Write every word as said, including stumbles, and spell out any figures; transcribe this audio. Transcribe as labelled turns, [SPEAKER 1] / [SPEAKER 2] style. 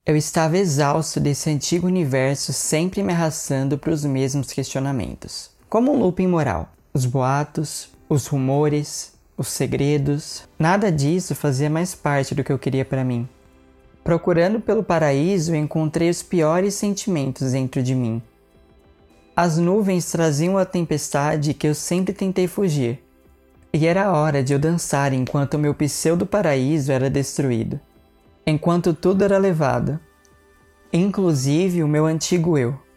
[SPEAKER 1] Eu estava exausto desse antigo universo sempre me arrastando para os mesmos questionamentos. Como um looping moral. Os boatos, os rumores, os segredos, nada disso fazia mais parte do que eu queria para mim. Procurando pelo paraíso, eu encontrei os piores sentimentos dentro de mim. As nuvens traziam a tempestade que eu sempre tentei fugir. E era hora de eu dançar enquanto o meu pseudo-paraíso era destruído. Enquanto tudo era levado. Inclusive o meu antigo eu.